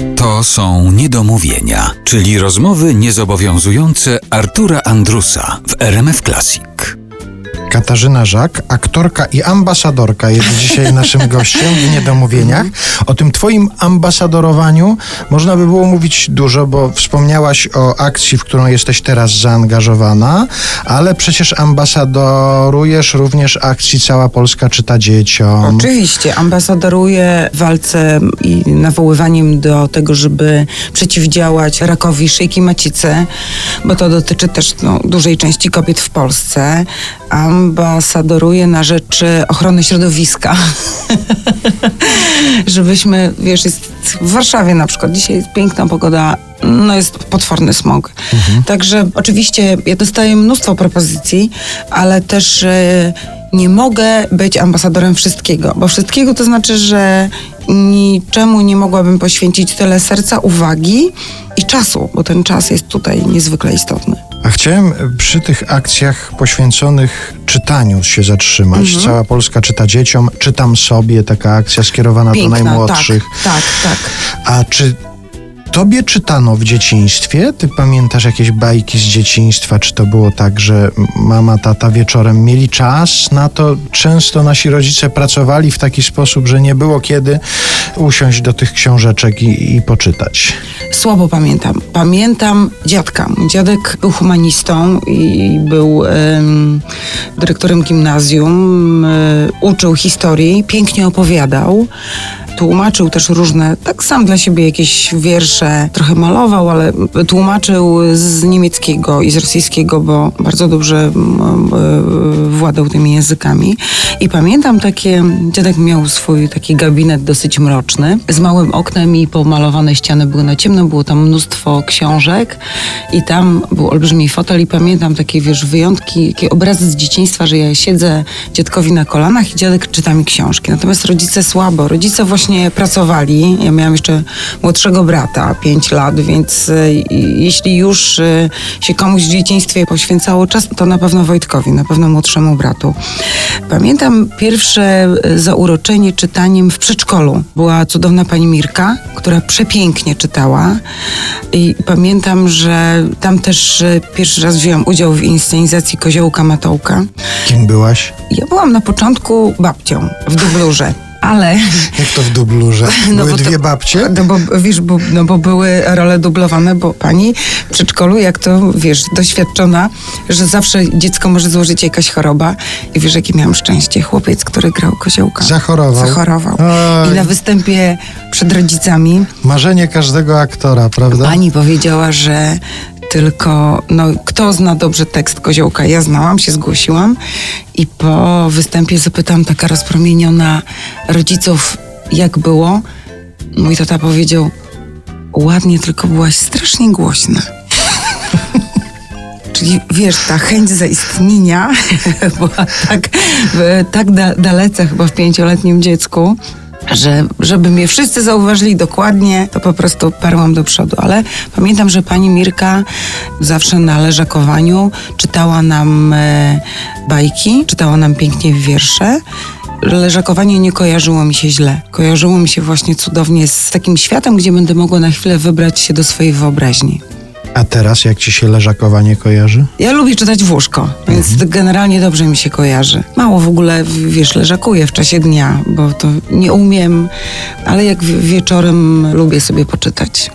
To są niedomówienia, czyli rozmowy niezobowiązujące Artura Andrusa w RMF Classic. Katarzyna Żak, aktorka i ambasadorka, jest dzisiaj naszym gościem w Niedomówieniach. O tym twoim ambasadorowaniu można by było mówić dużo, bo wspomniałaś o akcji, w którą jesteś teraz zaangażowana, ale przecież ambasadorujesz również akcji Cała Polska czyta dzieciom. Oczywiście, ambasadoruję w walce i nawoływaniem do tego, żeby przeciwdziałać rakowi szyjki macicy, bo to dotyczy też dużej części kobiet w Polsce. Ambasadoruję na rzecz ochrony środowiska. Żebyśmy, jest w Warszawie na przykład, dzisiaj jest piękna pogoda, jest potworny smog. Także oczywiście ja dostaję mnóstwo propozycji, ale też nie mogę być ambasadorem wszystkiego, bo wszystkiego to znaczy, że niczemu nie mogłabym poświęcić tyle serca, uwagi i czasu, bo ten czas jest tutaj niezwykle istotny. A chciałem przy tych akcjach poświęconych czytaniu się zatrzymać. Cała Polska czyta dzieciom, czytam sobie, taka akcja skierowana Piękna, do najmłodszych. Tak. A czy tobie czytano w dzieciństwie? Ty pamiętasz jakieś bajki z dzieciństwa? Czy to było tak, że mama, tata wieczorem mieli czas na to? Często nasi rodzice pracowali w taki sposób, że nie było kiedy usiąść do tych książeczek i poczytać. Słabo pamiętam. Pamiętam dziadka. Mój dziadek był humanistą i był dyrektorem gimnazjum. Uczył historii, pięknie opowiadał. Tłumaczył też różne, tak sam dla siebie jakieś wiersze, trochę malował, ale tłumaczył z niemieckiego i z rosyjskiego, bo bardzo dobrze władał tymi językami. I pamiętam dziadek miał swój taki gabinet dosyć mroczny, z małym oknem i pomalowane ściany były na ciemno, było tam mnóstwo książek i tam był olbrzymi fotel i pamiętam takie, wyjątki, takie obrazy z dzieciństwa, że ja siedzę dziadkowi na kolanach i dziadek czyta mi książki. Natomiast rodzice słabo. Rodzice właśnie pracowali. Ja miałam jeszcze młodszego brata, 5 lat, więc jeśli już się komuś w dzieciństwie poświęcało czas, to na pewno Wojtkowi, na pewno młodszemu bratu. Pamiętam pierwsze zauroczenie czytaniem w przedszkolu. Była cudowna pani Mirka, która przepięknie czytała i pamiętam, że tam też pierwszy raz wzięłam udział w inscenizacji Koziołka Matołka. Kim byłaś? Ja byłam na początku babcią w dublurze. Ale... Jak to w dublurze? Były dwie babcie? Bo były role dublowane, bo pani w przedszkolu, jak to, doświadczona, że zawsze dziecko może złożyć jakaś choroba. I jakie miałam szczęście. Chłopiec, który grał Koziołka. Zachorował. I na występie przed rodzicami... Marzenie każdego aktora, prawda? Pani powiedziała, że tylko, kto zna dobrze tekst Koziołka? Ja znałam, się zgłosiłam i po występie zapytałam taka rozpromieniona rodziców, jak było. Mój tata powiedział, ładnie, tylko byłaś strasznie głośna. Czyli ta chęć zaistnienia była tak dalece chyba w 5-letnim dziecku, że żeby mnie wszyscy zauważyli dokładnie, to po prostu parłam do przodu. Ale pamiętam, że pani Mirka zawsze na leżakowaniu czytała nam bajki, czytała nam pięknie wiersze. Leżakowanie nie kojarzyło mi się źle. Kojarzyło mi się właśnie cudownie z takim światem, gdzie będę mogła na chwilę wybrać się do swojej wyobraźni. A teraz jak ci się leżakowanie kojarzy? Ja lubię czytać w łóżko, więc generalnie dobrze mi się kojarzy. Mało w ogóle, leżakuję w czasie dnia, bo to nie umiem, ale jak wieczorem lubię sobie poczytać.